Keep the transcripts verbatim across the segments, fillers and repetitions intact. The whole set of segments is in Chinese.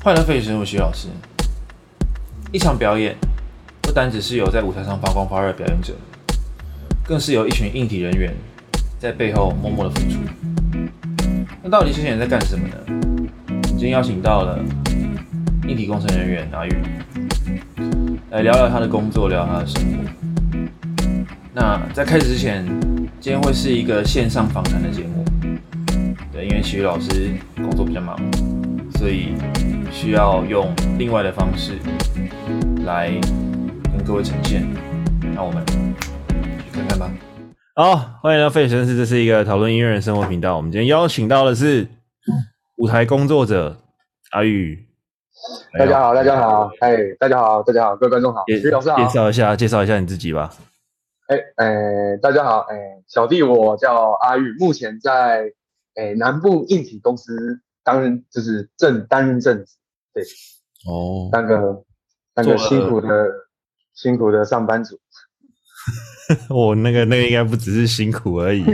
欢迎来到费城，我是徐老师。一场表演不单只是由在舞台上发光发热的表演者，更是由一群硬体人员在背后默默的付出。那到底这些人在干什么呢？我们今天邀请到了硬体工程人员阿宇，来聊聊他的工作，聊聊他的生活。那在开始之前，今天会是一个线上访谈的节目。对，因为奇宇老师工作比较忙，所以需要用另外的方式来跟各位呈现。那我们去看看吧。好，欢迎来到费城市，这是一个讨论音乐人生活频道。我们今天邀请到的是舞台工作者阿宇。 大家好，大家好，哎，大家好，大家好，各位观众好，徐老师好。 介绍一下，介绍一下你自己吧。 哎，哎，大家好，哎，小弟我叫阿玉，目前在哎南部硬体公司担任，就是正担任正职，对， 哦， 当个当个辛苦的辛苦的上班族。 我那个那个应该不只是辛苦而已，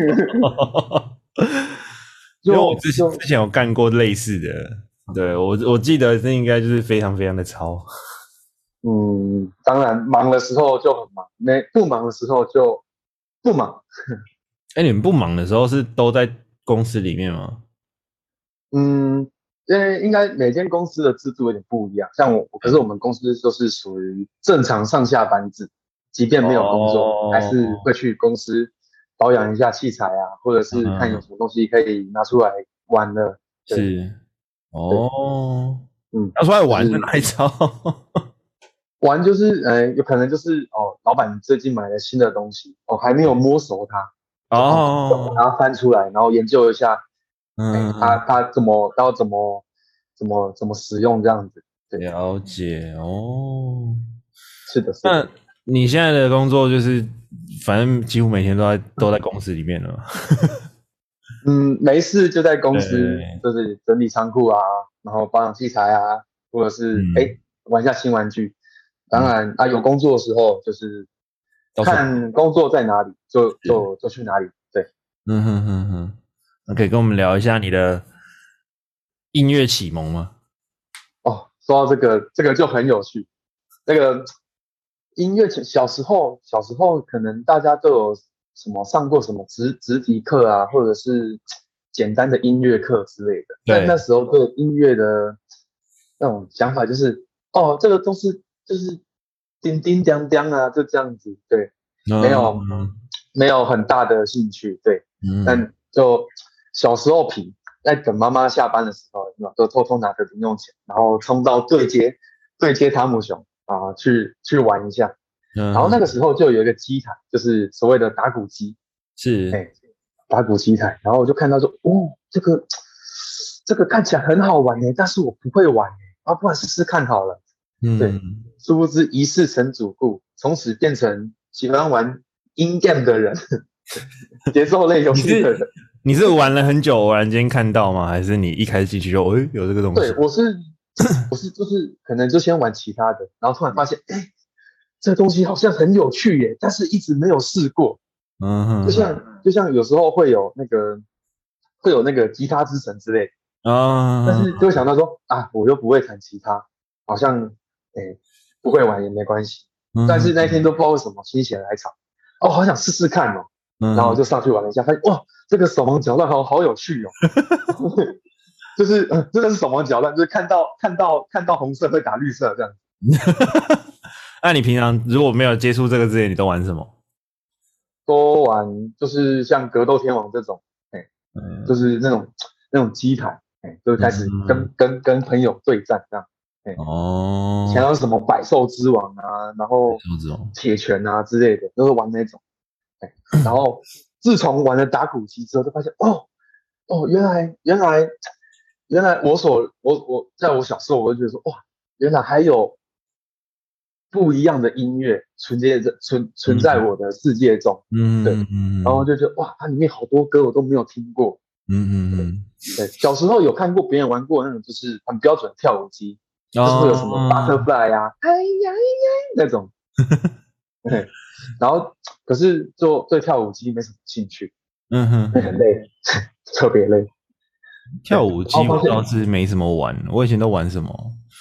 因为我之前之前有干过类似的，对，我我记得这应该就是非常非常的超。 嗯，当然忙的时候就很忙，没不忙的时候就不忙。 哎、欸，你们不忙的时候是都在公司里面吗？ 嗯，因为应该每间公司的制度有点不一样，像我，可是我们公司就是属于正常上下班制，即便没有工作，哦、还是会去公司保养一下器材啊，或者是看有什么东西可以拿出来玩的。 是，哦，嗯，拿出来玩的那一招。 玩就是呃，有可能就是哦，老板最近买了新的东西，哦，还没有摸熟它，哦，把它翻出来，然后研究一下，嗯，欸、它它怎么要怎么怎么怎么使用这样子。对， 了解哦， 是的，是的。 那你现在的工作就是，反正几乎每天都在都在公司里面了。 嗯，没事就在公司，就是整理仓库啊，然后保养器材啊，或者是哎、嗯欸、玩一下新玩具。当然、嗯、啊，有工作的时候就是看工作在哪里，就就就去哪里。对， 嗯哼哼哼，那可以跟我们聊一下你的音乐启蒙吗？ 哦，说到这个，这个就很有趣。这个音乐小时候，小时候可能大家都有什么上过什么直直笛课啊，或者是简单的音乐课之类的。但那时候对音乐的那种想法就是，哦，这个都是。就是叮叮当当啊，就这样子，对，嗯、没有、嗯、没有很大的兴趣，对，嗯、但就小时候皮，在等妈妈下班的时候，就偷偷拿着零用钱，然后冲到对街对街汤姆熊啊、呃，去去玩一下，嗯、然后那个时候就有一个机台，就是所谓的打鼓机， 是， 哎、欸，打鼓机台，然后我就看到说，哦，这个这个看起来很好玩哎，但是我不会玩哎，啊，不然试试看好了。 嗯， 对，殊不知一试成主顾，从此变成喜欢玩音 game 的人，节奏类游戏的人。 你是, 你是玩了很久，偶然间看到吗？还是你一开始进去就哎、欸、有这个东西？ 对，我是我是就是可能就先玩其他的，然后突然发现，哎、欸，这个东西好像很有趣耶，但是一直没有试过。嗯哼，就像就像有时候会有那个会有那个吉他之神之类的啊，但是就会想到说啊，我又不会弹吉他，好像。哎、欸，不会玩也没关系，嗯、但是那天都不知道为什么心血来潮，哦，好想试试看哦，嗯、然后就上去玩了一下，发现哇，这个手忙脚乱，好好有趣哦，就是、呃、真的是手忙脚乱，就是看到看到看到红色会打绿色这样子。 那你平常如果没有接触这个之前，你都玩什么？ 都玩就是像格斗天王这种，哎、欸，嗯、就是那种那种机台，哎、欸，就开始跟、嗯、跟跟朋友对战这样。欸、哦，以前有什么百兽之王啊，然后铁拳啊之类的，都是玩那种。欸、然后自从玩了打鼓机之后，就发现哦哦，原来原来原来我所我我在我小时候我就觉得说哇，原来还有不一样的音乐存在着存存在我的世界中。嗯，对，嗯、然后就觉得哇，它里面好多歌我都没有听过。嗯嗯嗯，对，小时候有看过别人玩过那种，就是很标准的跳舞机。就是会有什么 butterfly 啊，哎呀呀那种，对，然后可是做对跳舞机没什么兴趣，嗯哼，很累，特别累。 跳舞机我倒是没什么玩，我以前都玩什么？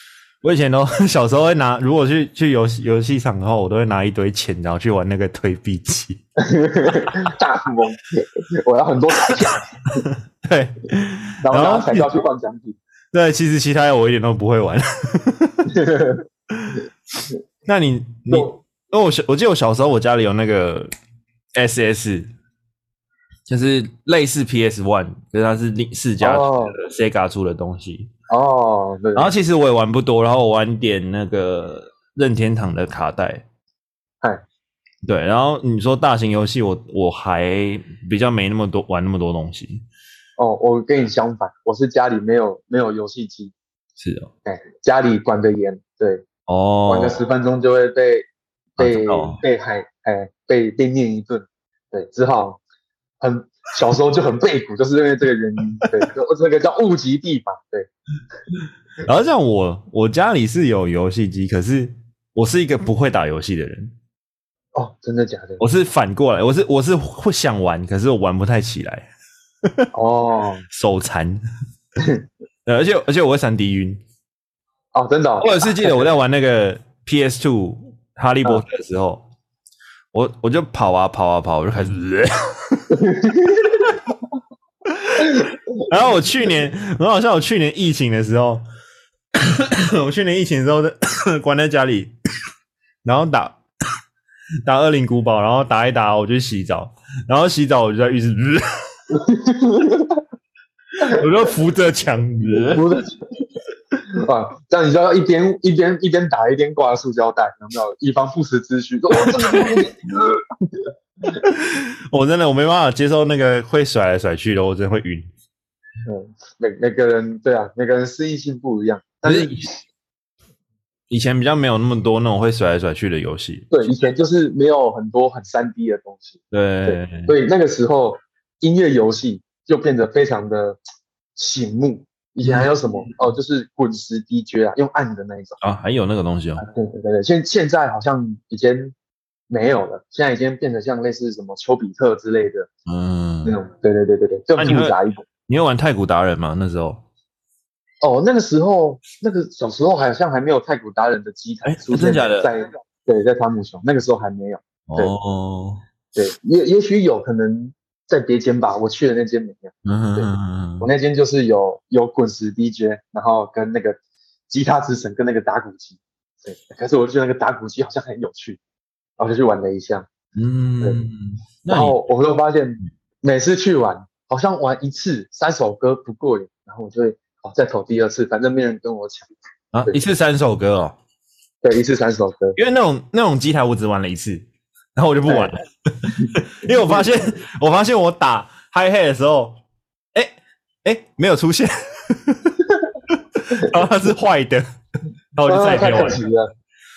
我以前都小时候会拿，如果去去游戏游戏场的话，我都会拿一堆钱，然后去玩那个推币机。 大富翁，我要很多彩票。 对， 然后拿彩票去换奖品。 对，其实其他我一点都不会玩。那你你，因为我我记得我小时候我家里有那个 S S， 就是类似 P S 一， 可是它是四家出的 Sega 出的东西。 哦，对。 然后其实我也玩不多，然后我玩点那个任天堂的卡带。 嗨， 对，然后你说大型游戏，我我还比较没那么多玩那么多东西。 哦，我跟你相反，我是家里没有没有游戏机。 是哦， 哎，家里管得严，对。 哦。 玩个十分钟就会被被、啊哦、被海哎被被念一顿，对，只好很小时候就很背苦，就是因为这个原因，对，这个叫物极必反，对。 然后像我，我家里是有游戏机，可是我是一个不会打游戏的人。 哦，真的假的？ 我是反过来，我是我是会想玩，可是我玩不太起来。 哦， 手残。而且而且我会三 D 晕。 哦，真的、哦。 我有次记得我在玩那个 P S 二 哈利波特的时候，嗯、我我就跑啊跑啊跑，我就开始。然后我去年，很好像我去年疫情的时候，我去年疫情的时候关在家里，然后打打恶灵古堡，然后打一打我就洗澡，然后洗澡我就在浴室，我就扶着墙， 扶着墙。啊，这样你就要一边一边一边打一边挂塑胶袋，有没有？以防不时之需。 我真的我没办法接受那个会甩来甩去的，我真的会晕。 嗯，每每个人对啊，每个人适应性不一样。但是以前比较没有那么多那种会甩来甩去的游戏。 对，以前就是没有很多很 三 D 的东西。 对， 对，所以那个时候音乐游戏就变得非常的醒目。以前还有什么、嗯、哦，就是滚石 D J 啊，用按的那一种啊，还有那个东西哦。 啊、对对对，现现在好像已经没有了，现在已经变得像类似什么丘比特之类的，嗯，那种，对对对对对，更复杂一点。 你有玩太鼓达人吗？那时候？ 哦，那个时候，那个小时候好像还没有太鼓达人的机台出现在，在对，在汤姆熊那个时候还没有。对哦，对，也也许有可能。在别间吧，我去的那间没有。嗯对，我那间就是有有滚石 D J， 然后跟那个吉他之神跟那个打鼓机。对，可是我就觉得那个打鼓机好像很有趣，然后就去玩了一下。嗯，对。然后我会发现每次去玩，好像玩一次三首歌不过瘾，然后我就会哦再投第二次，反正没人跟我抢。 啊，一次三首歌哦。 对，一次三首歌。 因为那种那种机台我只玩了一次。然后我就不玩了，因为我发现，我发现我打 hi hat 的时候，哎哎没有出现，然后它是坏的，然后我就再也没有玩了。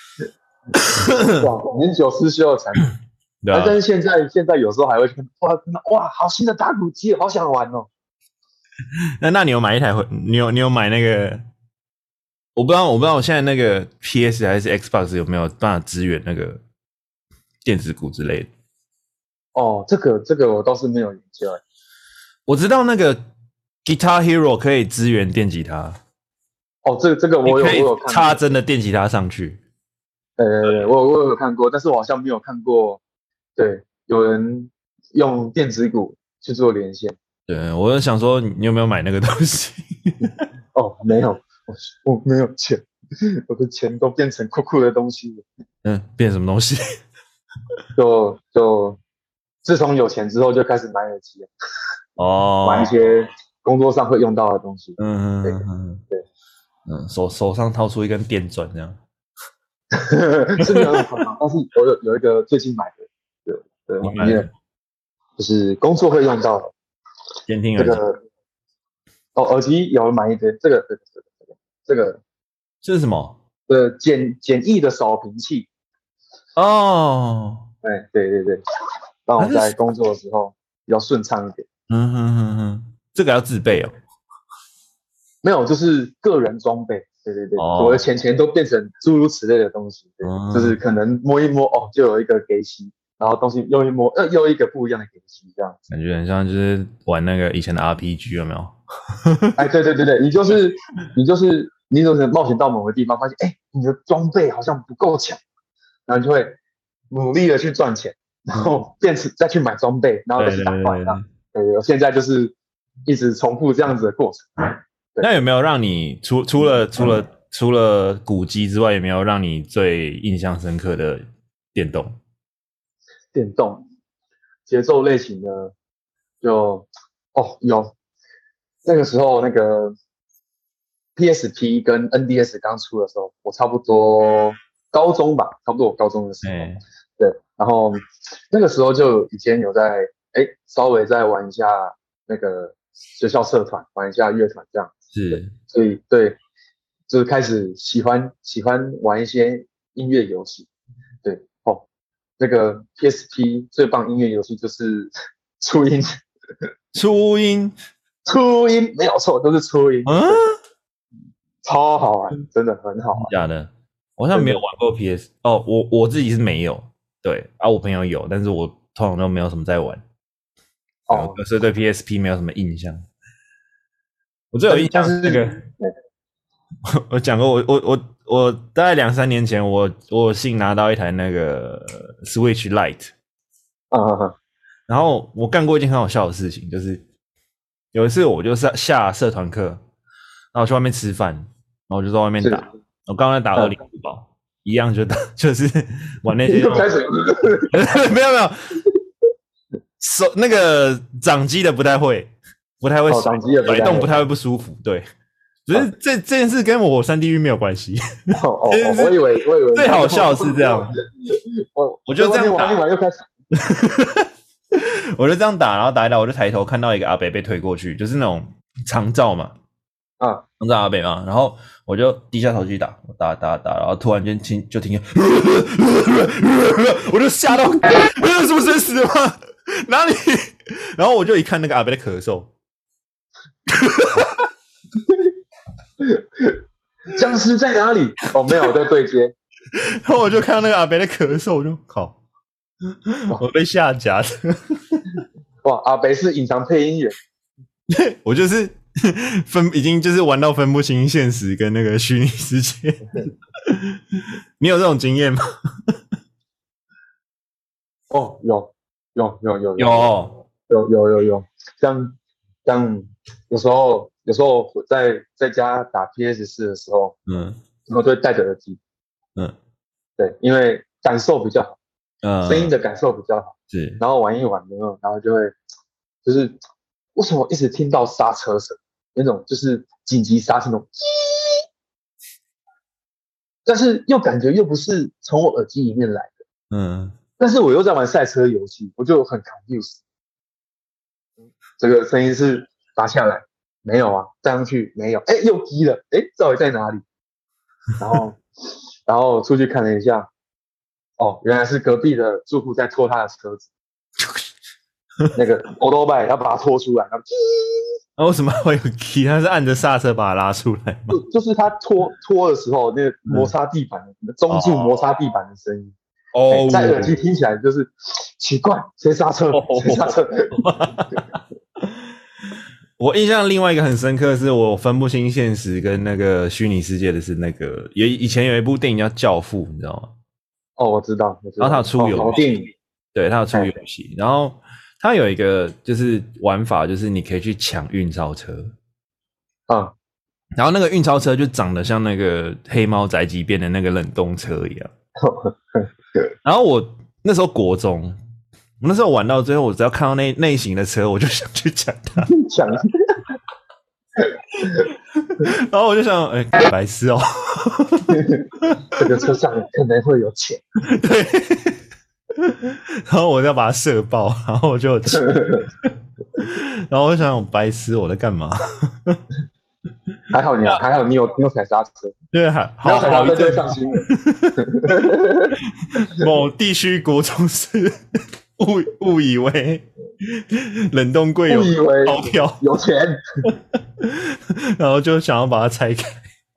哇，年久失修的产品。对啊。但是现在现在有时候还会看，哇哇，好新的打鼓机，好想玩哦。 那那你有买一台？你有你有买那个？我不知道，我不知道我现在那个 P S 还是 Xbox 有没有办法支援那个？电子鼓之类的。 哦，这个这个我倒是没有研究。 我知道那个 Guitar Hero 可以支援电吉他。 哦，这个这个我有我有看过。 插真的电吉他上去。 呃，我我有看过，但是我好像没有看过。对，有人用电子鼓去做连线。 对，我就想说，你有没有买那个东西？ 哦，没有，我我没有钱，我的钱都变成酷酷的东西了。 嗯，变什么东西？ 就就自从有钱之后，就开始买耳机了。哦，买一些工作上会用到的东西。嗯对嗯对， 嗯，手手上掏出一根电钻这样。 是没有那么夸张，但是我有有一个最近买的，对对，里面就是工作会用到的监听耳机。 这个哦，耳机有买一堆，这个这个这个这个这个这是什么？ 呃，简简易的手屏器。哦，对对对对，让我在工作的时候比较顺畅一点。 嗯哼哼哼，这个要自备哦。 没有，就是个人装备。对对对，哦、我的钱钱都变成诸如此类的东西，对嗯、就是可能摸一摸哦，就有一个给息，然后东西又一摸，呃，又一个不一样的给息，这样感觉很像就是玩那个以前的 R P G 有没有？ 哎，对对对对，你就是你就是你有可能冒险到某个地方，发现哎、欸，你的装备好像不够强，然后就会努力的去赚钱，然后变成再去买装备，然后再去打怪。对对，现在就是一直重复这样子的过程。 那有没有让你除除了除了、嗯、除了古迹之外，有没有让你最印象深刻的电动？ 电动节奏类型的就哦有，那个时候那个 P S P 跟 N D S 刚出的时候，我差不多高中吧，差不多我高中的时候，欸、对，然后那个时候就以前有在哎稍微在玩一下那个学校社团，玩一下乐团这样子， 是， 所以对，就是开始喜欢喜欢玩一些音乐游戏，对哦，那个 P S P 最棒音乐游戏就是初音， 初音， 初音没有错，都是初音，嗯，超好玩，真的很好玩。 假的，我好像没有玩过 P S 哦，我我自己是没有，对啊，我朋友有，但是我通常都没有什么在玩，哦，所以对 P S P 没有什么印象。我最有印象是那个，我讲过，我我我我大概两三年前我，我我幸拿到一台那个 Switch Lite， 啊啊啊！ 然后我干过一件很好笑的事情，就是有一次我就是下社团课，然后我去外面吃饭，然后我就在外面打，我刚刚在打二零五堡，一样就打就是玩那些， 开始没有没有，手那个掌机的不太会，不太会甩甩动，不太会不舒服，对。只是这这件事跟我三 D 晕没有关系。 哦哦，我以为我以为最好笑的是这样， 我我就这样打， 玩一玩又开始， 我就这样打，然后打一打，我就抬头看到一个阿北被推过去，就是那种长照嘛， 啊， 长照阿北嘛，然后我就低下头去打，我打打打，然后突然间听就听见，我就吓到，没有什么生死的吗？哪里？然后我就一看那个阿北在咳嗽。 僵尸在哪里？哦，没有在对接。 然后我就看到那个阿北在咳嗽，我就靠，我被吓假的。 哇，阿北是隐藏配音员。 我就是分已经就是玩到分不清现实跟那个虚拟世界。你有这种经验吗？ 哦，有有有有有有有有有，像像有时候。有时候在在家打 P S 四 的时候，嗯，我就会戴着耳机，嗯，对，因为感受比较好，嗯，声音的感受比较好， 是， 然后玩一玩有没有，然后就会就是为什么一直听到刹车声，那种就是紧急刹车那种，但是又感觉又不是从我耳机里面来的，嗯，但是我又在玩赛车游戏，我就很 confused， 这个声音是拔下来。没有啊，站上去没有，哎，又低了，哎，到底在哪里？然后，然后出去看了一下，哦，原来是隔壁的住户在拖他的车子，那个欧多拜要把它拖出来，然后， 啊，为什么会有 key？ 他是按着刹车把它拉出来吗？ 就就是他拖拖的时候，那个摩擦地板，嗯、中柱摩擦地板的声音，哦，在耳机听起来就是奇怪，谁刹车？谁刹车？ 我印象另外一个很深刻的是我分不清现实跟那个虚拟世界的是那个也以前有一部电影叫《教父》，你知道吗？ 哦，我知道，我知道。 然后他有出游戏， 电影， 对，他有出游戏，然后他有一个就是玩法，就是你可以去抢运钞车， 啊， 然后那个运钞车就长得像那个黑猫宅急便的那个冷冻车一样。然后我那时候国中。我那时候玩到最后，我只要看到那类型的车，我就想去抢它。 抢， 然后我就想，哎、欸，白痴哦、 喔，这个车上可能会有钱。 对。然后我就要把它射爆，然后我就有钱。然后我就想，我白痴，我在干嘛？ 还好你，还好你有你有踩刹车。 对，还好好好一阵上新闻。 某地区国中是。误误以为冷冻柜有钞票有钱， 然后就想要把它拆开，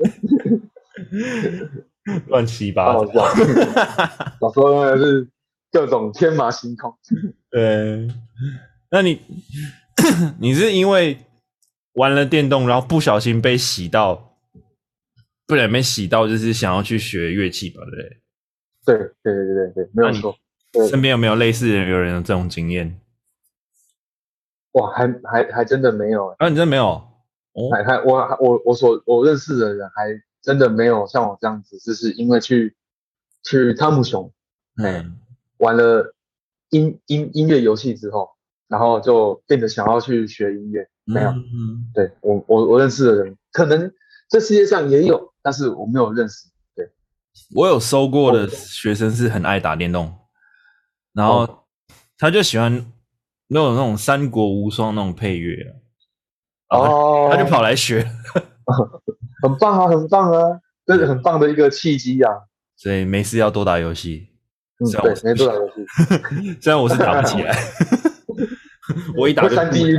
乱七八糟。 小时候是各种天马行空。 对，那你你是因为玩了电动，然后不小心被洗到不然没洗到，就是想要去学乐器吧，对不对？ 对对对对对，没有错。 身边有没有类似的有人有这种经验？ 哇，还还还真的没有、欸。 啊，你真的没有？ 哦，还还我我我所我认识的人还真的没有像我这样子，就是因为去去汤姆熊，哎、欸，玩了音音音乐游戏之后，然后就变得想要去学音乐。没有，嗯、对我我我认识的人，可能这世界上也有，但是我没有认识。对， 我有收过的学生是很爱打电动，然后他就喜欢那种那种三国无双那种配乐啊，哦，他就跑来学， 很棒啊，很棒啊，这是很棒的一个契机啊。 所以没事要多打游戏。 嗯，对，没多打游戏。 虽然我是打不起来，我一打就三 D。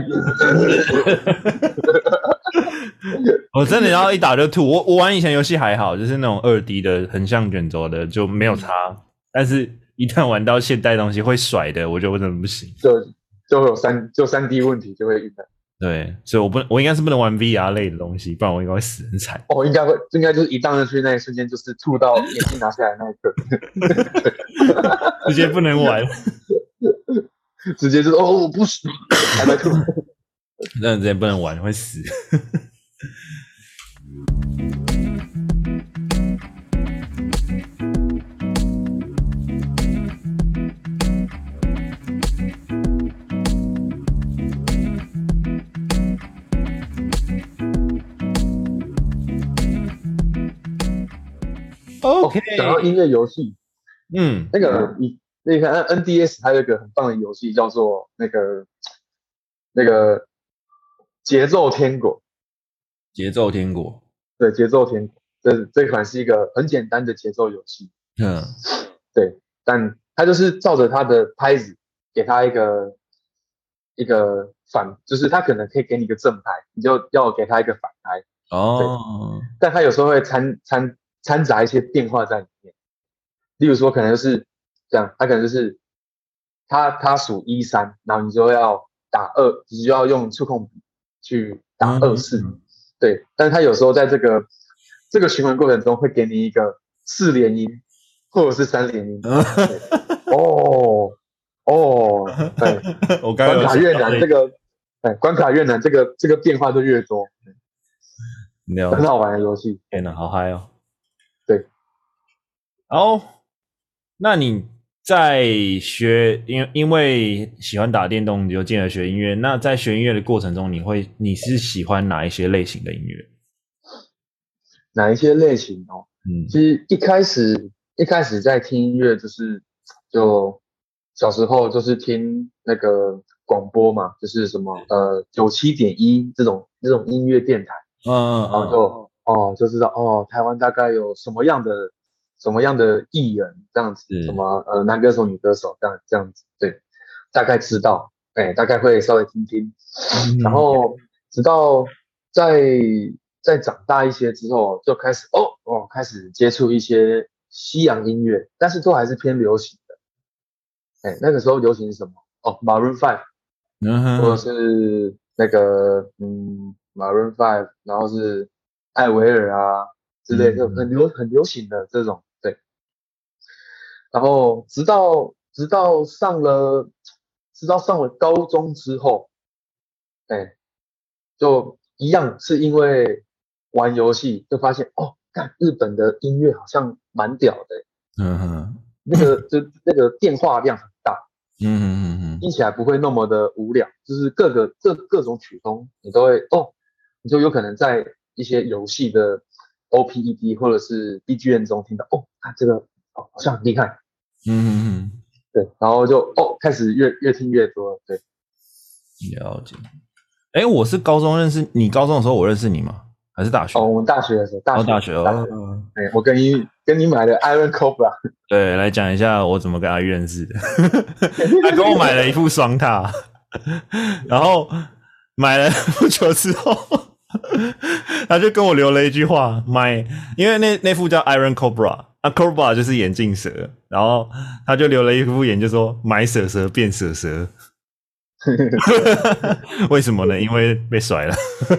我真的要一打就吐。我我玩以前游戏还好，就是那种二 D 的横向卷轴的就没有差，但是一旦玩到现代东西会甩的，我就真的不行。 就就会有三就三 D 问题就会晕的。 对，所以我不我应该是不能玩 V R 类的东西，不然我应该会死很惨。 哦，应该会，应该就是一荡上去那一瞬间，就是吐到眼镜拿下来那一刻， 直接不能玩， 直接就是哦，我不死，还在吐， 真的直接不能玩，会死。OK， 讲到音乐游戏， 嗯， 那个你那个 N D S 还有一个很棒的游戏叫做那个那个节奏天国。 节奏天国， 对，节奏天国，这这款是一个很简单的节奏游戏。 嗯， 对，但它就是照着它的拍子，给它一个一个反，就是它可能可以给你一个正拍，你就要给它一个反拍。 哦， 但它有时候会掺掺掺杂一些变化在里面，例如说可能就是这样，它可能就是它它数一三，然后你就要打二，你就要用触控笔去打二四。嗯，对，但是它有时候在这个这个循环过程中会给你一个四连音或者是三连音。哦哦，对， 我刚刚关卡越难，这个对关卡越难，这个这个变化就越多。很好玩的游戏。 天哪，好嗨哦！ 对， 哦，那你在学，因因为喜欢打电动，你就进而学音乐。那在学音乐的过程中，你会你是喜欢哪一些类型的音乐？ 哪一些类型哦？嗯，其实一开始一开始在听音乐，就是就小时候就是听那个广播嘛，就是什么呃九七点一这种这种音乐电台。嗯嗯，然后就哦就知道哦，台湾大概有什么样的什么样的艺人这样子，什么呃男歌手、女歌手这样这样子，对，大概知道，哎，大概会稍微听听，嗯、然后直到在在长大一些之后，就开始哦哦开始接触一些西洋音乐，但是都还是偏流行的，哎，那个时候流行什么？哦 ，Maroon Five， 嗯，或者是那个嗯。Maroon Five， 然后是艾薇儿啊之类的，很流很流行的这种，对。然后直到直到上了直到上了高中之后，哎，就一样是因为玩游戏就发现哦，看日本的音乐好像蛮屌的，嗯哼，那个就那个变化量很大，嗯嗯嗯嗯，听起来不会那么的无聊，就是各个各各种曲风你都会哦。你就有可能在一些游戏的 O P E D 或者是 B G M 中听到，哦，看这个哦好像很厉害，嗯嗯嗯，对，然后就哦开始越越听越多，对， 了解。哎，我是高中认识你，高中的时候我认识你吗？还是大学？ 哦，我们大学的时候，大学， 哦，大学哦， 哎，我跟你跟你买的 Iron Cobra， 对，来讲一下我怎么跟他认识的。他跟我买了一副双踏，然后买了不久之后。他就跟我留了一句话，买，因为那那副叫 Iron Cobra， 啊 Cobra 就是眼镜蛇，然后他就留了一副言，就说买蛇蛇变蛇蛇。为什么呢？因为被甩了。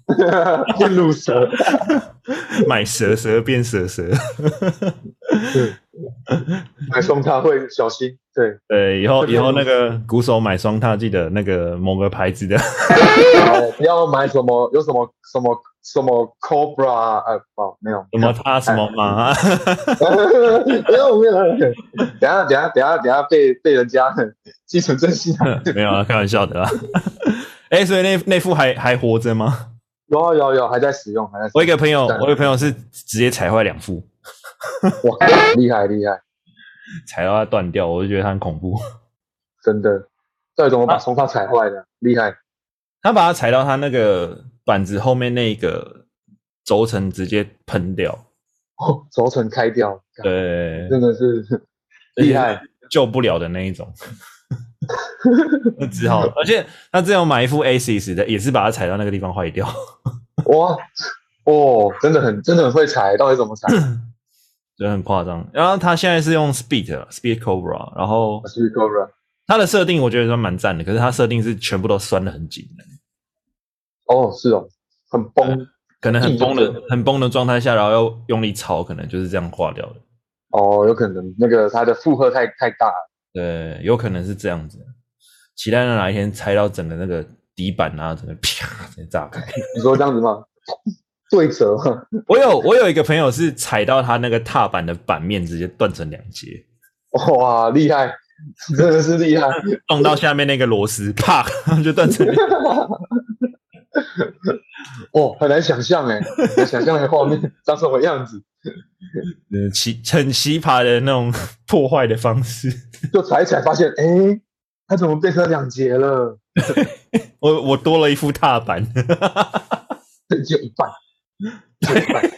变乳蛇， 买蛇蛇变蛇蛇。 对，买双踏会小心。对对，以后以后那个鼓手买双踏，记得那个某个牌子的。 哦，不要买什么有什么什么什么 Cobra 呃哦没有什么他什么马。 没有没有，等下等下等下等下被被人家继承真心。 没有啊，开玩笑的啦。哎、欸，所以那那副还还活着吗？ 有有有，还在使用，还在使用。 我一个朋友，我一个朋友是直接踩坏两副。 哇，厉害厉害！ 踩到它断掉，我就觉得它很恐怖。 真的，到底怎么把双踏踩坏的？厉害！ 他把它踩到他那个板子后面那个轴承直接喷掉。 哦，轴承开掉。 对， 真的是厉害， 救不了的那一种。只好，而且他之前有买一副 A S I S 的，也是把它踩到那个地方坏掉。 哇，哦，真的很真的很会踩，到底怎么踩？ 真的很夸张。然后他现在是用 Speed Speed Cobra， 然后 Speed Cobra， 他的设定我觉得算蛮赞的，可是他设定是全部都拴得很紧的。 哦，是哦，很崩， 可能很崩的很崩的状态下，然后又用力超，可能就是这样化掉的。 哦，有可能那个它的负荷太太大了。 对，有可能是这样子。期待哪一天拆到整个那个底板啊，整个啪直接炸开。 你说这样子吗？对折吗？ 我有我有一个朋友是踩到他那个踏板的板面直接断成两截。 哇，厉害，真的是厉害！ 撞到下面那个螺丝，啪就断成两截。 哦，很难想象哎，很难想象那个画面长什么样子。 呃，奇很奇葩的那种破坏的方式。 就踩一踩发现，哎、欸，它怎么变成两截了？ 我我多了一副踏板。 只有一半，只有一半。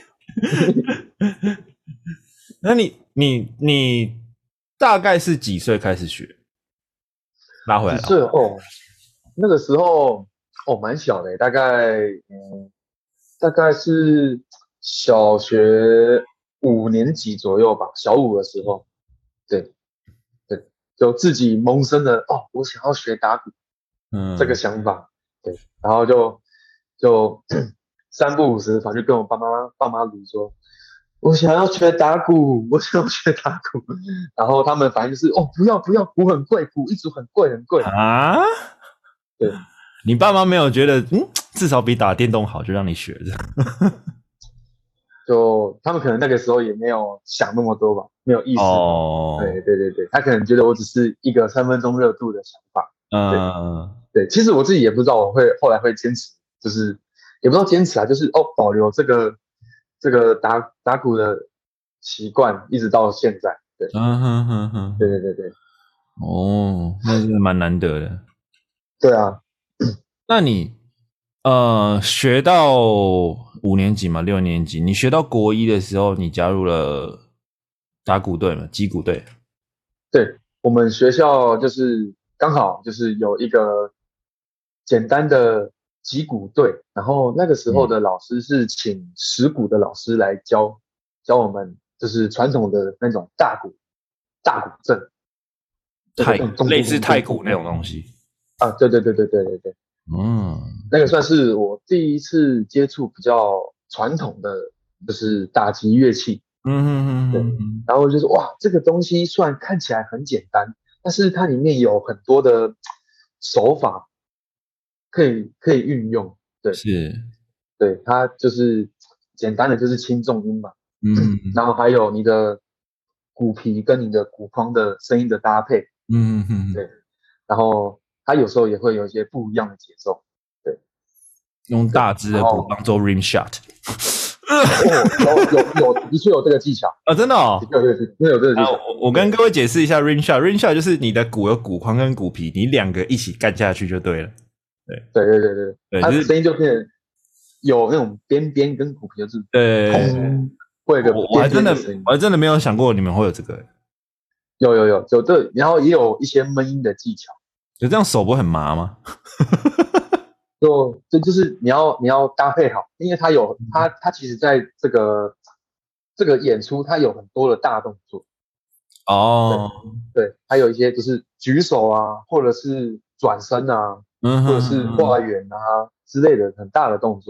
那你你你大概是几岁开始学？拉回来了。 几岁哦？那个时候哦，蛮小的，大概嗯，大概是小学五年级左右吧，小五的时候，对对，就自己萌生了哦，我想要学打鼓，嗯，这个想法，对，然后就就三不五时跑去跟我爸妈爸妈捋说，我想要学打鼓，我想要学打鼓，然后他们反正就是哦，不要不要，鼓很贵，鼓一组很贵很贵啊， 对。 你爸妈没有觉得，嗯，至少比打电动好，就让你学着。 就他们可能那个时候也没有想那么多吧，没有意识。哦，对对对对，他可能觉得我只是一个三分钟热度的想法。嗯，对，其实我自己也不知道我会后来会坚持，就是也不知道坚持啊，就是哦保留这个这个打打鼓的习惯，一直到现在。对，嗯哼哼哼，对对对对。 哦，那是蛮难得的。 对啊。 那你呃学到五年级嘛，六年级，你学到国一的时候，你加入了打鼓队嘛，击鼓队。 对，我们学校就是刚好就是有一个简单的击鼓队，然后那个时候的老师是请实鼓的老师来教教我们，就是传统的那种大鼓大鼓阵， 太类似太鼓那种东西啊，对对对对对对对。嗯，那个算是我第一次接触比较传统的，就是打击乐器。嗯嗯嗯，对。然后就是哇，这个东西虽然看起来很简单，但是它里面有很多的手法可以可以运用。对， 是， 对，它就是简单的就是轻重音嘛。嗯，然后还有你的鼓皮跟你的鼓框的声音的搭配。嗯嗯，对，然后。它有时候也会有一些不一样的节奏，对。 用大支的鼓当做 rim shot。 哦，有有有，的确有这个技巧啊，真的哦， 的确有这个，的确有这个技巧。 我我跟各位解释一下 rim shot，rim shot 就是你的鼓有鼓框跟鼓皮，你两个一起干下去就对了。对对对对对，对，它声音就变成有那种边边跟鼓皮就是对， 会有个我还真的我还真的没有想过你们会有这个。 有有有有这，然后也有一些闷音的技巧。 就这样手不会很麻吗？ 就这就是你要你要搭配好，因为它有它它其实在这个这个演出它有很多的大动作哦，对，对，还有一些就是举手啊，或者是转身啊，嗯、或者是画圆啊之类的很大的动作，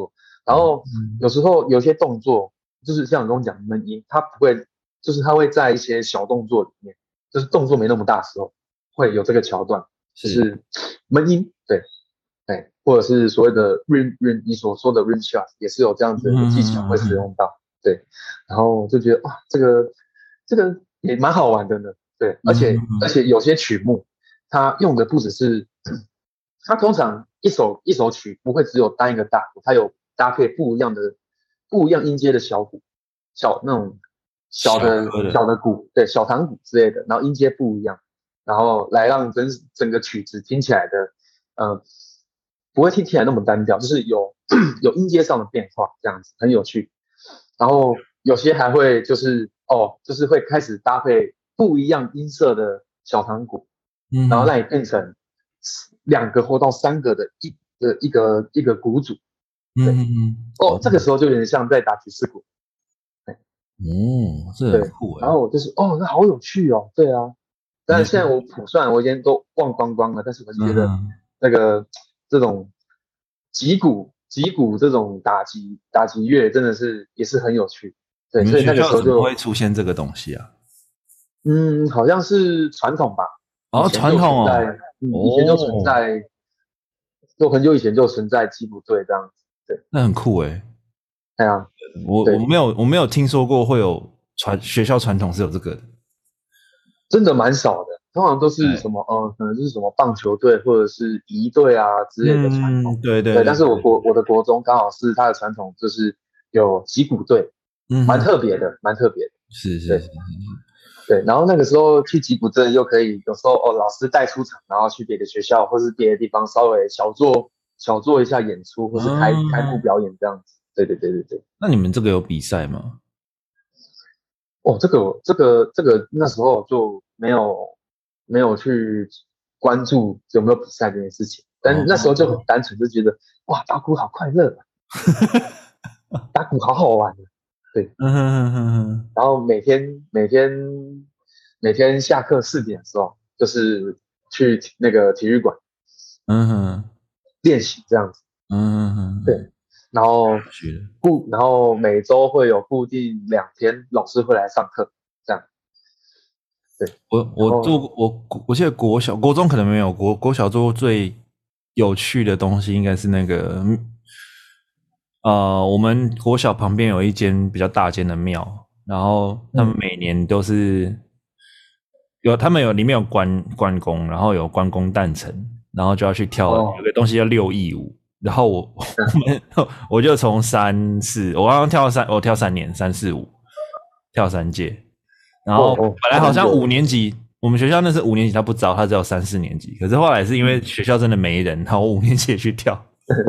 然后有时候有些动作，就是像我跟我讲闷音，它不会，就是它会在一些小动作里面，就是动作没那么大的时候，会有这个桥段，就是闷音，对，对，或者是所谓的 rim rim， 你所说的 rim shot 也是有这样子的技巧会使用到，对，然后就觉得哇，这个这个也蛮好玩的呢，对，而且而且有些曲目，它用的不只是，它通常一首一首曲不会只有单一个大鼓，它有搭配不一样的不一样音阶的小鼓，小那种小的小的鼓，对，小堂鼓之类的，然后音阶不一样，然后来让整整个曲子听起来的，呃，不会听起来那么单调，就是有有音阶上的变化，这样子很有趣。然后有些还会就是哦，就是会开始搭配不一样音色的小堂鼓，嗯，然后让你变成两个或到三个的一的一个一个鼓组。对，嗯，哦，这个时候就有点像在打爵士鼓。 哦，这很酷哎。 然后我就是哦，那好有趣哦，对啊。但是现在我谱算我已经都忘光光了，但是我就觉得那个这种击鼓击鼓这种打击打击乐真的是也是很有趣。对，所以那个时候就会出现这个东西啊。 嗯，好像是传统吧。 哦，传统哦。 嗯，以前就存在，就很久以前就存在击鼓队这样子。对， 那很酷哎。 对啊， 我我没有我没有听说过会有传学校传统是有这个的， 真的蛮少的。通常都是什么呃，可能就是什么棒球队或者是仪队啊之类的传统。 嗯，对对对, 对。但是我国我的国中刚好是它的传统，就是有击鼓队，嗯，蛮特别的，蛮特别的。 是是是。 对，然后那个时候去击鼓队又可以有时候哦，老师带出场，然后去别的学校或是别的地方稍微小做小做一下演出，或是开、嗯、开幕表演这样子。对对对对对。 那你们这个有比赛吗？ 哦，这个这个这个那时候就没有没有去关注有没有比赛这件事情，但那时候就很单纯，就觉得哇，打鼓好快乐啊，打鼓好好玩啊，对，然后每天每天每天下课四点的时候，就是去那个体育馆，嗯哼，练习这样子，嗯哼，对。然后固，然后每周会有固定两天老师会来上课，这样。对， 我我做我我记得国小国中可能没有，国国小做过最有趣的东西应该是那个，呃，我们国小旁边有一间比较大间的庙，然后他们每年都是有他们有里面有关关公，然后有关公诞辰，然后就要去跳、哦、有个东西叫六义舞。然后我我们我就从三四，我刚刚跳三，我跳三年，三四五，跳三届。然后本来好像五年级，我们学校那是五年级，他不招，他只有三四年级。可是后来是因为学校真的没人，然后我五年级也去跳。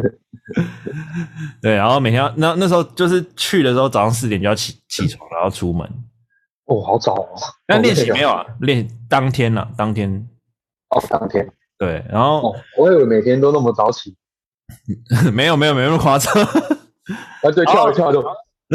对，然后每天那那时候就是去的时候，早上四点就要起起床，然后出门。 哦，好早哦！ 但练习没有啊，练当天啊，当天。 哦，当天。 对，然后、 哦、我以为每天都那么早起。 没有没有没有那么夸张， 啊对，跳一跳就。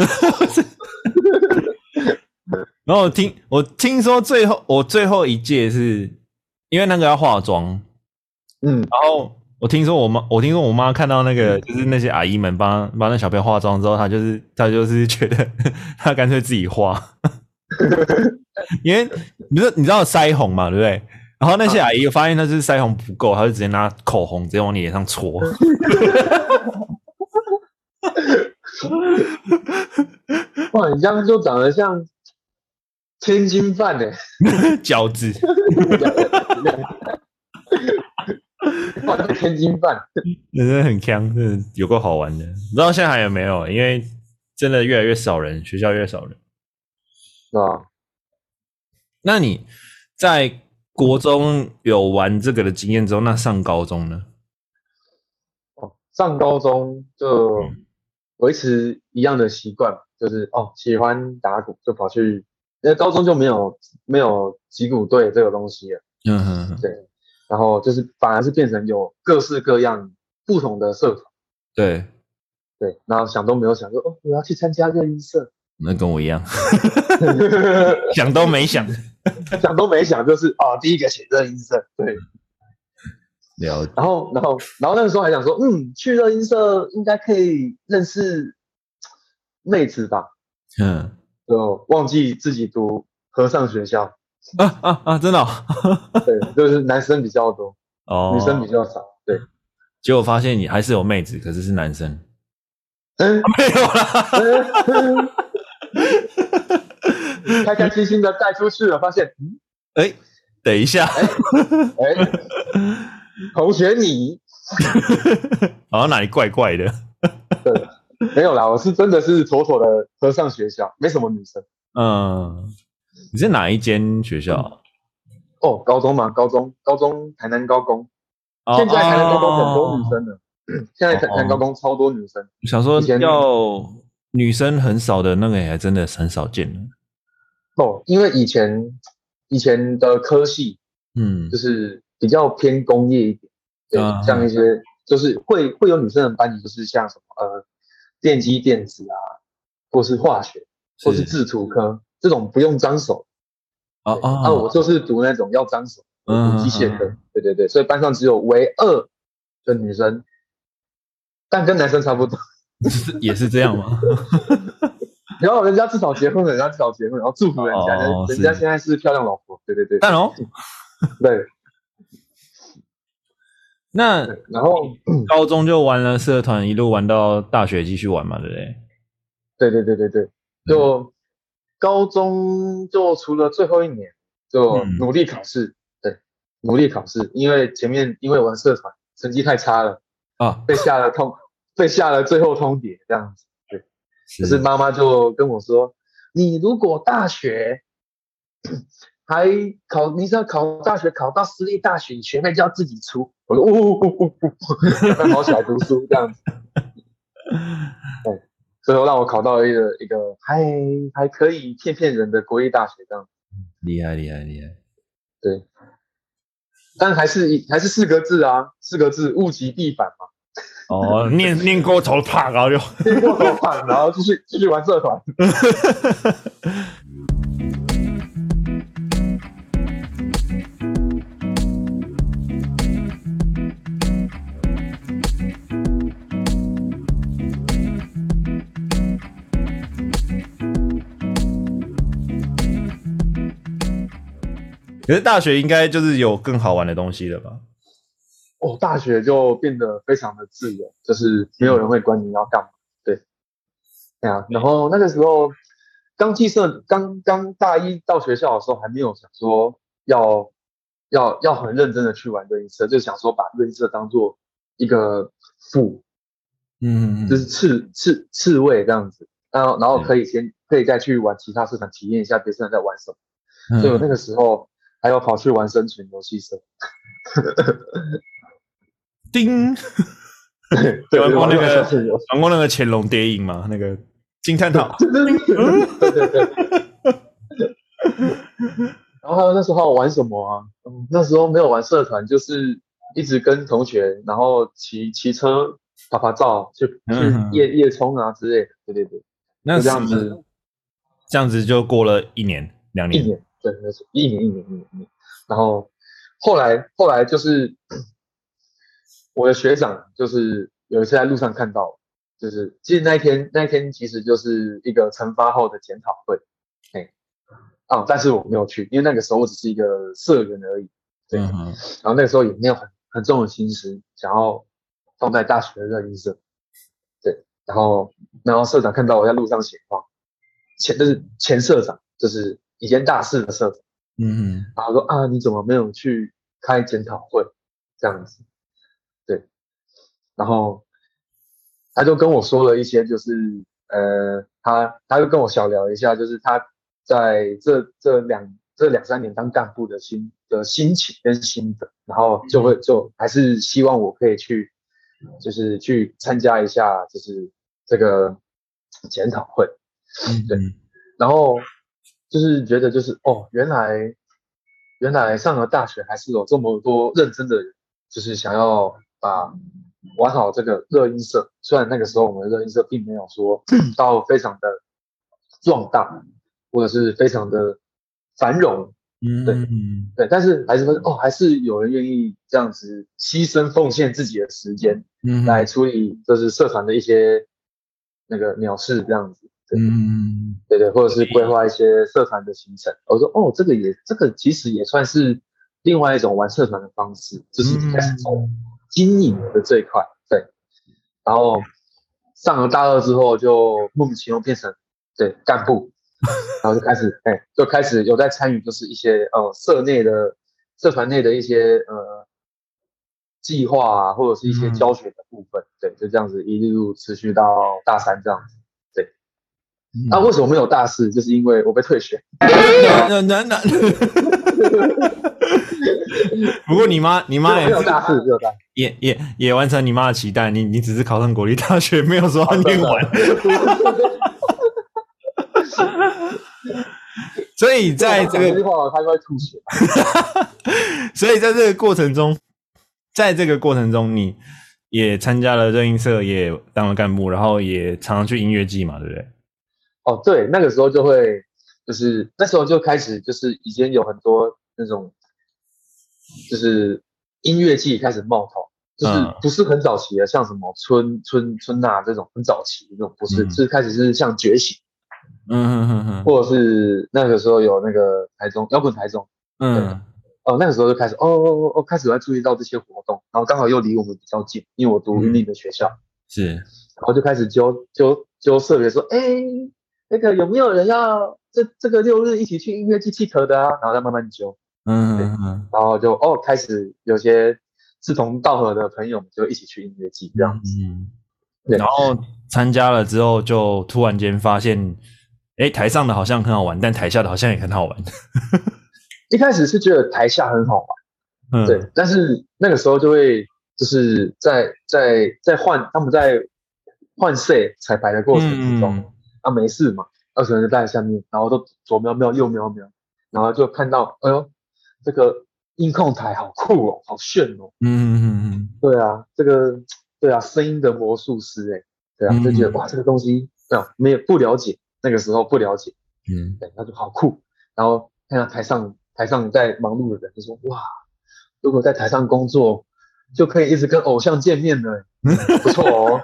然后我听我听说最后我最后一届是因为那个要化妆，嗯，然后我听说我妈我听说我妈看到那个就是那些阿姨们帮帮那小朋友化妆之后，她就是她就是觉得她干脆自己画，因为你说你知道腮红嘛，对不对？然后那些阿姨发现那是腮红不够，她就直接拿口红直接往你脸上戳。 哇，你这样就长得像千金饭哎， 饺子。 哇，千金饭， 真的很强，真的有够好玩的。不知道现在还有没有？因为真的越来越少人，学校越少人。 啊， 那你在国中有玩这个的经验之后，那上高中呢？ 哦，上高中就维持一样的习惯，就是哦喜欢打鼓，就跑去，因为高中就没有没有击鼓队这个东西了。嗯哼哼，对，然后就是反而是变成有各式各样不同的社团。 对对，然后想都没有想说哦，我要去参加热音社。 那跟我一样，想都没想。 想都没想，就是哦，第一个写热音社，对， 了解。 然后然后然后那个时候还想说，嗯，去热音社应该可以认识妹子吧， 嗯， 就忘记自己读和尚学校， 啊啊啊，真的、哦。 对，就是男生比较多，女生比哦， 较少，对， 结果发现你还是有妹子，可是是男生。 嗯没有啦。 嗯，开开心心的带出去了，发现，嗯， 哎，等一下。 哎哎，同学你， 好像哪里怪怪的。 对，没有啦，我是真的是妥妥的和尚学校，没什么女生。 嗯，你是哪一间学校？ 哦，高中嘛，高中，高中台南高工， 哦现在台南高工很多女哦生了，现在台南高哦， 工超多女生。 我想说以前要女生很少的那个也还真的很少见了。 哦，因为以前以前的科系嗯， 就是比较偏工业一点，对， 啊， 像一些就是会会有女生的班级，就是像什么呃电机电子啊，或是化学，或是是， 制图科这种不用张手。对， 哦哦， 啊，我就是读那种要张手，我读机械科， 嗯， 对对对，所以班上只有唯二的女生，但跟男生差不多。 也是这样吗？ 然后人家至少结婚了，人家至少结婚，然后祝福人家，人哦， 人家是， 现在是漂亮老婆，对对对但哦， 对那对，然后高中就玩了社团，一路玩到大学继续玩嘛，对不对？ 对对对对对，就高中就除了最后一年就嗯， 努力考试，对，努力考试，因为前面因为玩社团成绩太差了， 啊， 被下了通被下了最后通牒这样子，对，可是是， 妈妈就跟我说，你如果大学还考，你只要考大学考到私立大学，你学费就要自己出。我说，呜呜呜呜呜，赶快跑起来读书这样子。对，最后让我考到了一个一个还还可以骗骗人的国立大学这样子。 厉害厉害厉害。 对，但还是一还是四个字啊，四个字，物极必反嘛。 哦，念念过头怕，然后就念过头反，然后继续继续玩社团。 可是大学应该就是有更好玩的东西了吧？ 哦，大学就变得非常的自由，就是没有人会管你要干嘛。对，对啊。然后那个时候刚进社，刚刚大一到学校的时候，还没有想说要要要很认真的去玩热音社，就想说把热音社当做一个副， 嗯嗯就是次次次位这样子，然后然后可嗯， 以先可以再去玩其他社团，体验一下别社团在玩什么。所以我嗯， 那个时候还有跑去玩生存游戏社。 叮。 对有玩对，玩过那个生存游戏。 玩过那个潜龙谍影吗？那个惊叹号。 对对对对对。然后还有那时候玩什么啊？嗯，那时候没有玩社团，就是一直跟同学，然后骑骑车、拍拍照，去去夜嗯， 夜冲啊之类的。对对对，就这那什么？ 样子这样子就过了一年、两年。 一年，对，没错，一年一年一年一年。然后后来后来就是我的学长，就是有一次在路上看到，就是其实那一天那一天其实就是一个惩罚后的检讨会，哎啊，但是我没有去，因为那个时候我只是一个社员而已，对， 嗯哼， 然后那个时候也没有很很重的心思想要放在大学的热音社，对，然后然后社长看到我在路上闲晃，前就是前社长，就是以前大四的社长， 嗯哼， 然后说啊你怎么没有去开检讨会这样子，对，然后他就跟我说了一些，就是呃，他他就跟我小聊一下，就是他在这这两这两三年当干部的心的心情跟心得，然后就会就还是希望我可以去，就是去参加一下，就是这个检讨会，对， 嗯哼， 然后就是觉得就是哦，原来原来上了大学还是有这么多认真的人，就是想要把玩好这个热音社。虽然那个时候我们的热音社并没有说到非常的壮大，或者是非常的繁荣， 嗯，对对，但是还是哦，还是有人愿意这样子牺牲奉献自己的时间，嗯，来处理就是社团的一些那个鸟事这样子，对，嗯，对对，或者是规划一些社团的行程。我说哦，这个也这个其实也算是另外一种玩社团的方式，就是开始从经营的这一块，对，然后上了大二之后就莫名其妙变成对干部。然后就开始，哎、欸，就开始有在参与，就是一些呃社内的社团内的一些呃计划啊，或者是一些教学的部分，对，就这样子一路持续到大三这样子，对。那、嗯啊、为什么没有大四？就是因为我被退学。 那那那。不过你妈，你妈也没有大四，没有大四， 也也也完成你妈的期待，你你只是考上国立大学，没有说要念完。所以在这个， 他会吐血。 所以在这个过程中，在这个过程中，你也参加了热音社，也当了干部，然后也常常去音乐季嘛，对不对？ 哦，对，那个时候就会，就是那时候就开始，就是以前有很多那种，就是音乐季开始冒头，就是不是很早期的，像什么春春春娜这种很早期的那种，不是，嗯、是开始是像觉醒。嗯哼哼哼，或者是那个时候有那个台中摇滚台中，嗯，哦，那个时候就开始，哦哦哦，开始会注意到这些活动，然后刚好又离我们比较近，因为我读云林的学校， 是， 然后就开始揪揪揪社员说，哎，那个有没有人要这这个六日一起去音乐季契合的啊？然后再慢慢揪，嗯嗯嗯，然后就哦开始有些志同道合的朋友就一起去音乐季这样子， 嗯，然后参加了之后就突然间发现。哎，台上的好像很好玩，但台下的好像也很好玩。 一开始是觉得台下很好玩，嗯，对，但是那个时候就会就是在在在换他们在换赛彩排的过程之中，嗯、啊没事嘛，二十人就在下面，然后都左瞄瞄右瞄瞄，然后就看到，哎呦，这个音控台好酷哦，好炫哦，嗯嗯嗯，对啊，这个对啊，声音的魔术师哎，对啊，就觉得、嗯、哇，这个东西啊没有不了解。那个时候不了解，嗯，对，他就好酷，然后看到台上台上在忙碌的人，就说哇，如果在台上工作，就可以一直跟偶像见面了，不错哦。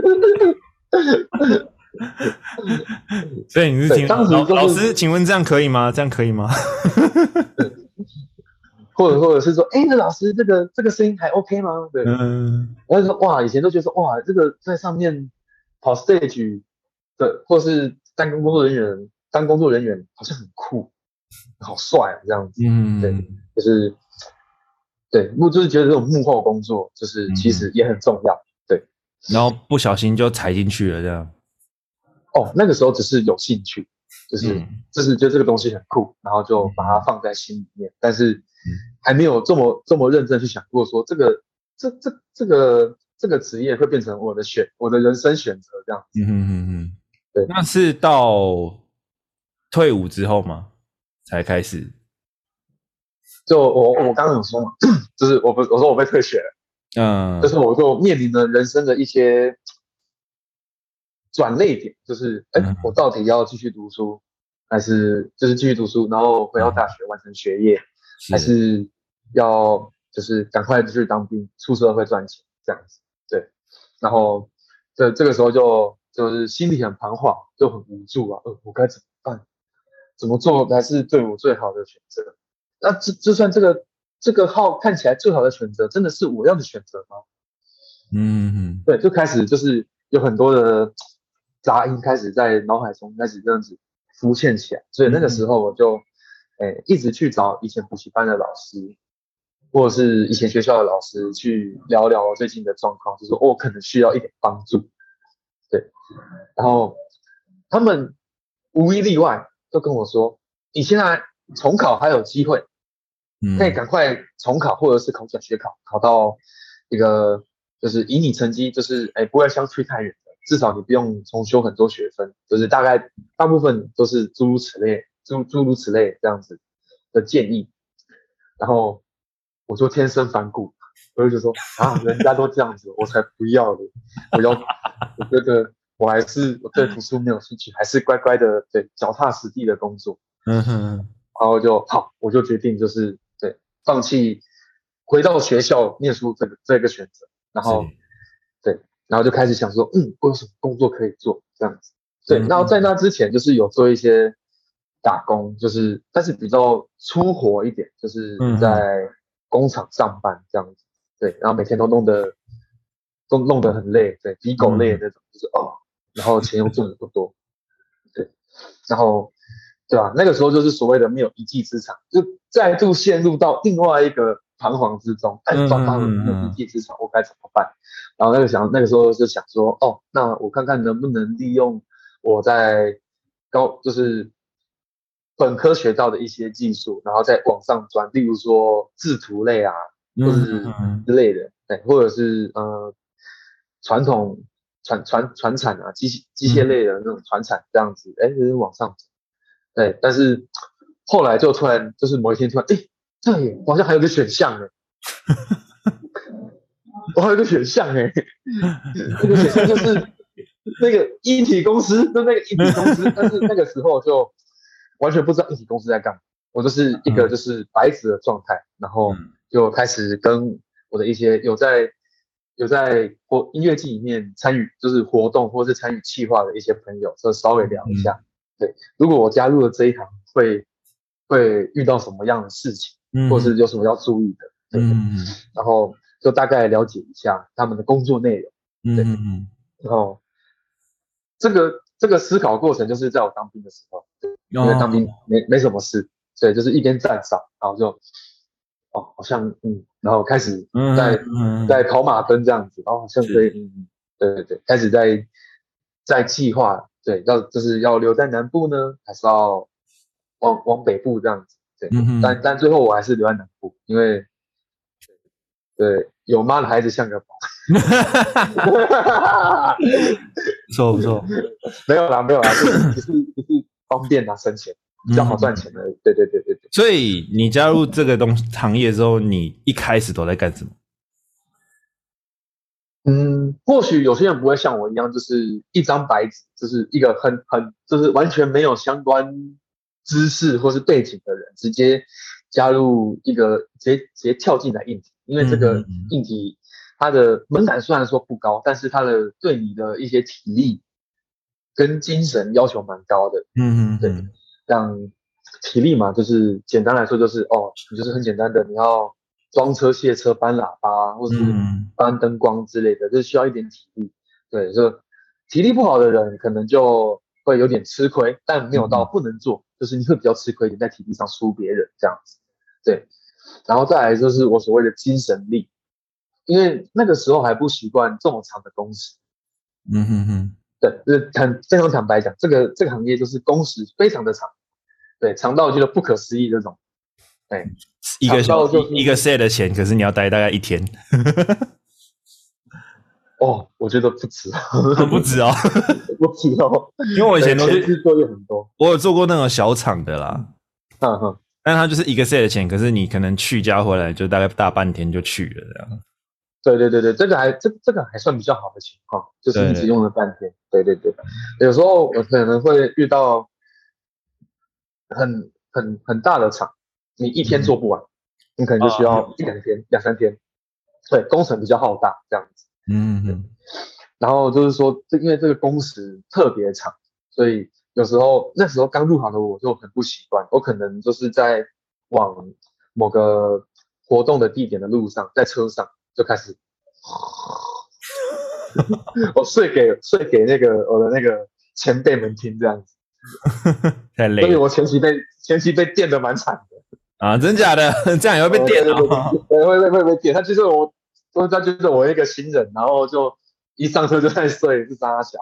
所以你是听当时、就是、老师，请问这样可以吗？这样可以吗？ 或者或者是说，哎、欸，那老师这个这个声音还 OK 吗？对，嗯，然后说哇，以前都觉得说哇，这个在上面跑 stage 的，或是当工作人员，当工作人员好像很酷，好帅啊，这样子。嗯，对，就是对，我就是觉得这种幕后工作，就是其实也很重要。对， 然后不小心就踩进去了，这样。 哦，那个时候只是有兴趣，就是、嗯、就是觉得这个东西很酷，然后就把它放在心里面，但是还没有这么这么认真去想过说这个这这这个这个职业会变成我的选我的人生选择这样子。嗯嗯嗯。对， 那是到退伍之后吗？才开始？ 就我我刚刚有说嘛，就是我不我说我被退学了，嗯，就是我就面临了人生的一些转捩点，就是哎、欸，我到底要继续读书，还是就是继续读书，然后回到大学完成学业，嗯、还是要就是赶快继续当兵，出社会赚钱这样子？对，然后这这个时候就。就是心里很彷徨，就很无助啊！呃，我该怎么办？怎么做才是对我最好的选择？那就就算这个这个号看起来最好的选择，真的是我要的选择吗？嗯嗯，对，就开始就是有很多的杂音开始在脑海中开始这样子浮现起来，所以那个时候我就诶、欸、一直去找以前补习班的老师，或者是以前学校的老师去聊聊我最近的状况，就说我、哦、可能需要一点帮助。对，然后他们无一例外都跟我说，你现在重考还有机会，嗯，可以赶快重考，或者是考转学考，考到一个就是以你成绩就是哎不会相去太远的，至少你不用重修很多学分，就是大概大部分都是诸如此类，诸诸如此类这样子的建议。然后我就天生反骨。我就说啊，人家都这样子，我才不要的。我要，我觉得我还是我对读书没有兴趣，还是乖乖的对脚踏实地的工作。嗯哼。 然后就好，我就决定就是对放弃回到学校念书这个这个选择，然后对，然后就开始想说，嗯，我有什么工作可以做这样子。对，然后在那之前就是有做一些打工，就是但是比较粗活一点，就是在工厂上班这样子。对，然后每天都弄得都弄得很累，对，比狗累的那种，就是哦，然后钱又挣的不多，对，然后对吧？那个时候就是所谓的没有一技之长，就再度陷入到另外一个彷徨之中。哎，糟糕了，没有一技之长，我该怎么办？然后那个想那个时候就想说，哦，那我看看能不能利用我在高就是本科学到的一些技术，然后再往上钻，例如说制图类啊，或是之类的，对，或者是呃传统传传传产啊，机机械类的那种传产这样子，哎，就是往上走。对，但是后来就突然就是某一天突然，哎，对，好像还有个选项哎，我还有个选项哎，那个选项就是那个一体公司，就那个一体公司，但是那个时候就完全不知道一体公司在干嘛，我就是一个就是白纸的状态，然后就开始跟我的一些有在有在活音乐季里面参与就是活动或是参与企划的一些朋友，就稍微聊一下。对，如果我加入了这一行，会会遇到什么样的事情，嗯、或是有什么要注意的，对，嗯、然后就大概了解一下他们的工作内容，对，嗯、然后这个这个思考过程就是在我当兵的时候，因为当兵没没什么事，所以就是一边站哨，然后就哦好像嗯，然后开始在、嗯、在跑马灯这样子，然后好像可以嗯，对对对，开始在在计划。对，要就是要留在南部呢，还是要往往北部这样子？对，嗯、但但最后我还是留在南部，因为对有妈的孩子像个宝。 不错不错， 没有啦没有啦，就是只是只是方便啦，省钱，比较好赚钱的。嗯、对对对对对。 所以你加入这个东行业之后，你一开始都在干什么？ 嗯，或许有些人不会像我一样，就是一张白纸，就是一个很很就是完全没有相关知识或是背景的人，直接加入一个直接直接跳进来硬体，因为这个硬体它的门槛虽然说不高，但是它的对你的一些体力跟精神要求蛮高的。嗯嗯，对，像体力嘛，就是简单来说就是哦，你就是很简单的，你要装车、卸车、搬喇叭，或是搬灯光之类的，就是需要一点体力。对，就体力不好的人可能就会有点吃亏，但没有到不能做，就是你会比较吃亏一点，在体力上输别人这样子。对，然后再来就是我所谓的精神力，因为那个时候还不习惯这么长的工时。嗯哼哼，对，就是很非常坦白讲，这个这个行业就是工时非常的长。对，长到我觉得不可思议这种，对， 一个小时、就是、一个 set 的钱，可是你要待大概一天。 哦，我觉得不止， 不止哦， 不止哦， 因为我以前都是作业很多， 我有做过那种小厂的啦，嗯哼，但它就是一个 set 的钱，可是你可能去加回来就大概大半天就去了这样。 对对对对，这个还这这个还算比较好的情况，就是一直用了半天。对对 对, 对，有时候我可能会遇到。很很很大的厂，你一天做不完，嗯、你可能就需要一两天、两三天，对，工程比较浩大这样子。嗯嗯。然后就是说，这因为这个工时特别长，所以有时候那时候刚入行的我就很不习惯，我可能就是在往某个活动的地点的路上，在车上就开始，我睡给睡给那个我的那个前辈们听这样子。 太累了， 所以我前期被前期被电的蛮惨的啊，真假的？这样也会被电哦？对，会会会被电。他就是我，他就是我一个新人，然后就一上车就在睡，是傻小。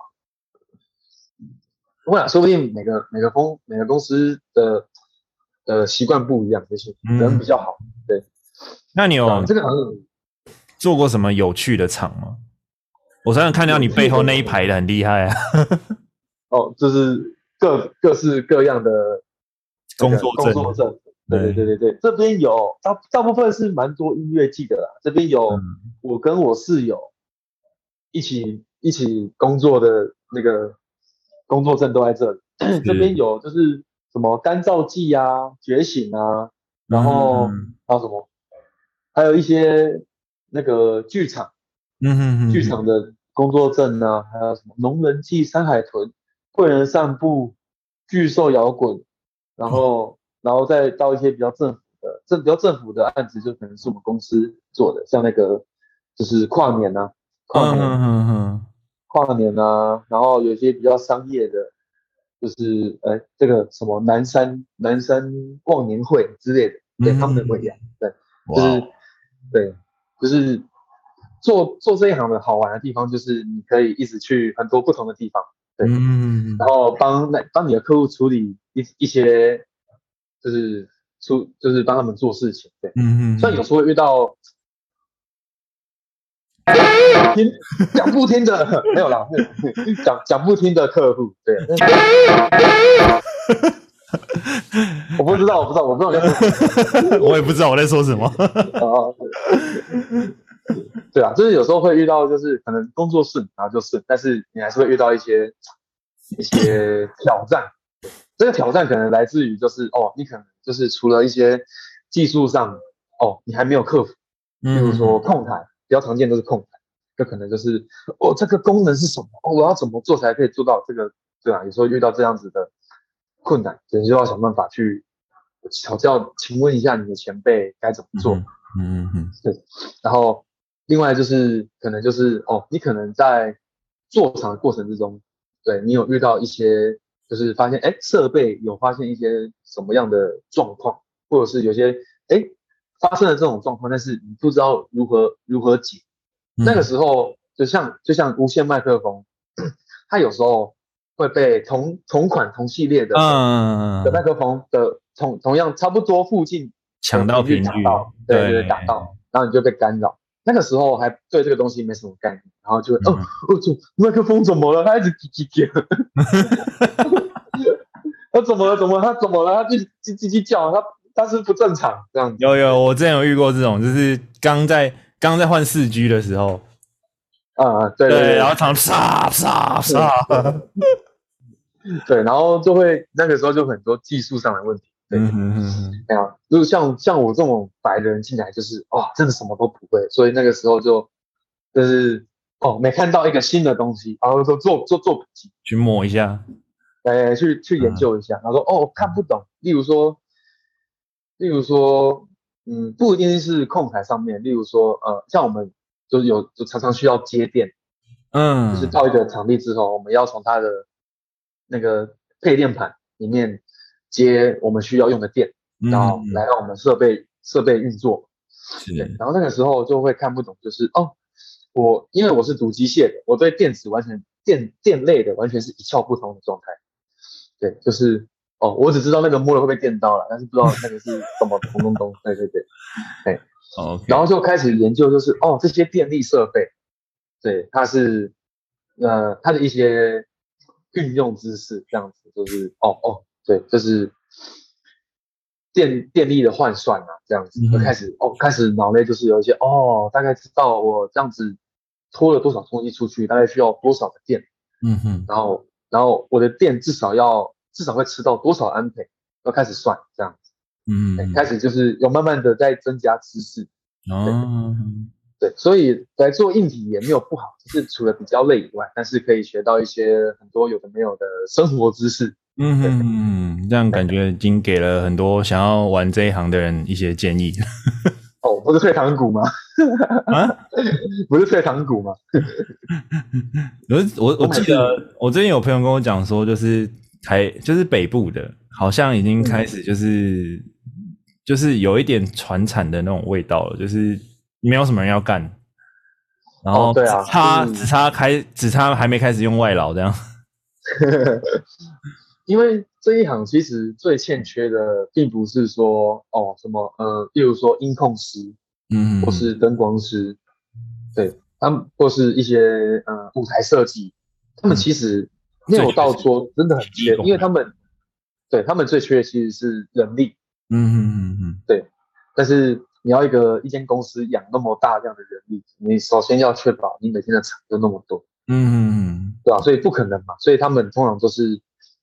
不会啊，说不定每个每个公每个公司的的习惯不一样，就是人比较好。嗯、对， 那你有、啊、 这个好像做过什么有趣的场吗？我常常看到你背后那一排的很厉害啊。 哦，就是各各式各样的工作证， 工作证，对对对对对，这边有大大部分是蛮多音乐季的啦，这边有我跟我室友一起一起工作的那个工作证都在这里，这边有就是什么干燥剂啊、觉醒啊，然后还有什么，还有一些那个剧场， 嗯哼哼， 剧场的工作证啊，还有什么农人记、山海豚、贵人散步、巨兽摇滚，然后然后再到一些比较政府的政比较政府的案子，就可能是我们公司做的，像那个就是跨年啊，跨年， 嗯哼哼， 跨年啊，然后有一些比较商业的。就是呃，这个什么南山南山忘年会之类的，对，他们的会养，对，就是对，就是做做这一行的好玩的地方，就是你可以一直去很多不同的地方，对， 嗯， 然后帮那帮你的客户处理一一些，就是出就是帮他们做事情，对， 嗯虽然有时候会遇到听讲不听的，没有啦，讲讲不听的客户，对。我不知道，我不知道，我不知道你在说什么。 我也不知道我在说什么。 哦，对啊，就是有时候会遇到，就是可能工作顺，然后就顺，但是你还是会遇到一些一些挑战。这个挑战可能来自于就是哦，你可能就是除了一些技术上哦，你还没有克服，比如说控台，比较常见都是控台，就可能就是哦，这个功能是什么？哦，我要怎么做才可以做到这个？对啊，有时候遇到这样子的困难，你就要想办法去请教，请问一下你的前辈该怎么做。 嗯嗯， 对。然后另外就是可能就是哦，你可能在做厂的过程之中，对你有遇到一些，就是发现哎设备有发现一些什么样的状况，或者是有些哎发生了这种状况，但是你不知道如何如何解。那个时候就像就像无线麦克风，它有时候会被同同款同系列的的麦克风的同同样差不多附近抢到频率打到，对对对，打到，然后你就被干扰。那个时候还对这个东西没什么概念，然后就会哦哦，这麦克风怎么了？它一直叽叽叽。他怎么了？怎么他怎么了？他就叽叽叽叫，他他是不正常这样子。 有有，我之前有遇过这种，就是刚在刚在换四 G 的时候， 啊、嗯，对对对, 对， 然后常唰唰唰， 对，然后就会那个时候就很多技术上的问题。对， 嗯哼哼哼， 哎呀，如果像像我这种白的人进来，就是哇，真的什么都不会，所以那个时候就就是哦，每看到一个新的东西，然后就做做做笔记， 去摸一下， 哎，去去研究一下，然后说哦，看不懂，例如说，例如说，嗯，不一定是控台上面，例如说，呃，像我们就是有就常常需要接电， 嗯， 就是到一个场地之后，我们要从它的那个配电盘里面接我们需要用的电，然后来让我们设备设备运作。对，然后那个时候就会看不懂，就是哦，我因为我是读机械的，我对电子完全电电类的完全是一窍不通的状态。对，就是哦，我只知道那个摸了会被电到了，但是不知道那个是什么咚咚咚。对对对，对。 OK， 然后就开始研究，就是哦，这些电力设备，对，它是呃它的一些运用知识，这样子就是哦哦，对，就是电电力的换算啊，这样子就开始哦，开始脑内就是有一些哦，大概知道我这样子拖了多少东西出去，大概需要多少的电， 嗯哼， 然后然后我的电至少要至少会吃到多少安培，要开始算这样子，嗯，开始就是有慢慢的在增加知识， 哦， 对，所以来做硬体也没有不好，就是除了比较累以外，但是可以学到一些很多有的没有的生活知识。 嗯哼哼，这样感觉已经给了很多想要玩这一行的人一些建议。 哦，不是退堂鼓吗？啊，不是退堂鼓吗？ 我我我记得我最近有朋友跟我讲说，就是台就是北部的，好像已经开始就是、嗯、就是有一点传产的那种味道了，就是没有什么人要干，然后只差、哦啊、只差开只差还没开始用外劳这样。 因为这一行其实最欠缺的，并不是说哦什么呃，例如说音控师，嗯，或是灯光师，对，他们或是一些呃舞台设计，他们其实没有到说真的很缺，因为他们对他们最缺的其实是人力，嗯嗯嗯嗯，对，但是你要一个一间公司养那么大量的人力，你首先要确保你每天的场就那么多，嗯嗯嗯，对吧、啊？所以不可能嘛，所以他们通常都是。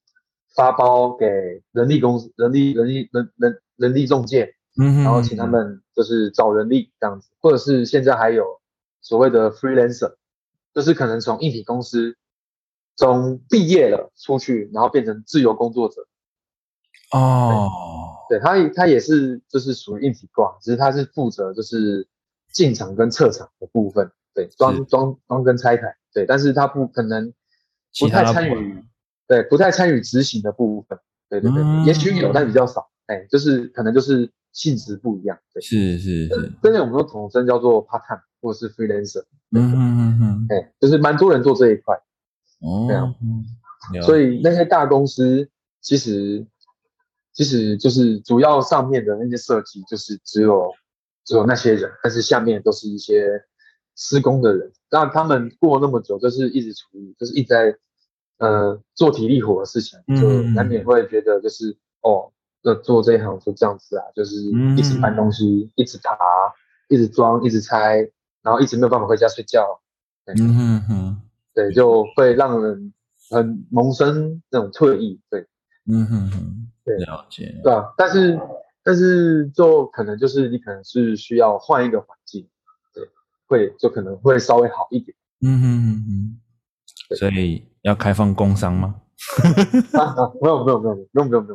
发包给人力公司、人力、人力、人人人力中介， 嗯， 然后请他们就是找人力这样子，或者是现在还有所谓的 freelancer， 就是可能从硬体公司中毕业了出去，然后变成自由工作者。 哦， 对，他他也是就是属于硬体挂，只是他是负责就是进场跟撤场的部分，对，装装装跟拆台，对，但是他不可能不太参与，对，不太参与执行的部分，对对对，嗯、也许有，但比较少，哎，就是可能就是性质不一样，对， 是是是， 这边我们都统称叫做 part time 或者是 freelancer， 嗯哼哼哼， 哎，就是蛮多人做这一块， 哦， 对啊，所以那些大公司其实。其实就是主要上面的那些设计，就是只有只有那些人，但是下面都是一些施工的人。那他们过那么久，就是一直处于，就是一直在呃做体力活的事情，就难免会觉得就是哦，那做这一行就这样子啊，就是一直搬东西，一直爬，一直装，一直拆，然后一直没有办法回家睡觉。 嗯哼哼， 对，就会让人很萌生那种退意。对， 嗯哼哼。 对， 了解， 对啊，但是但是就可能就是你可能是需要换一个环境，对，会就可能会稍微好一点。 嗯哼哼哼，所以要开放工商吗？ 啊啊，没有没有没有不用不用不用。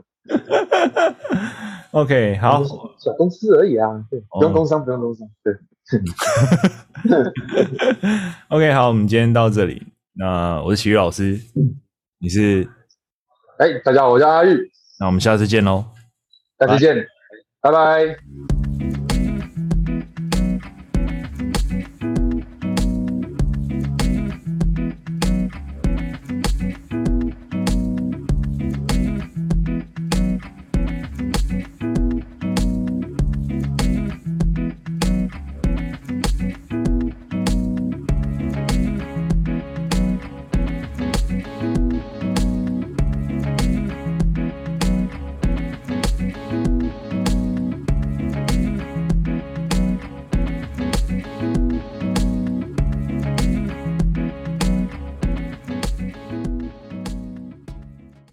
OK， 好， 小公司而已啊，对，不用工商不用工商，对。 OK， 好，我们今天到这里。那我是体育老师，你是？ 哎，大家好，我叫阿玉。 那我们下次见喽， 下次见，拜拜。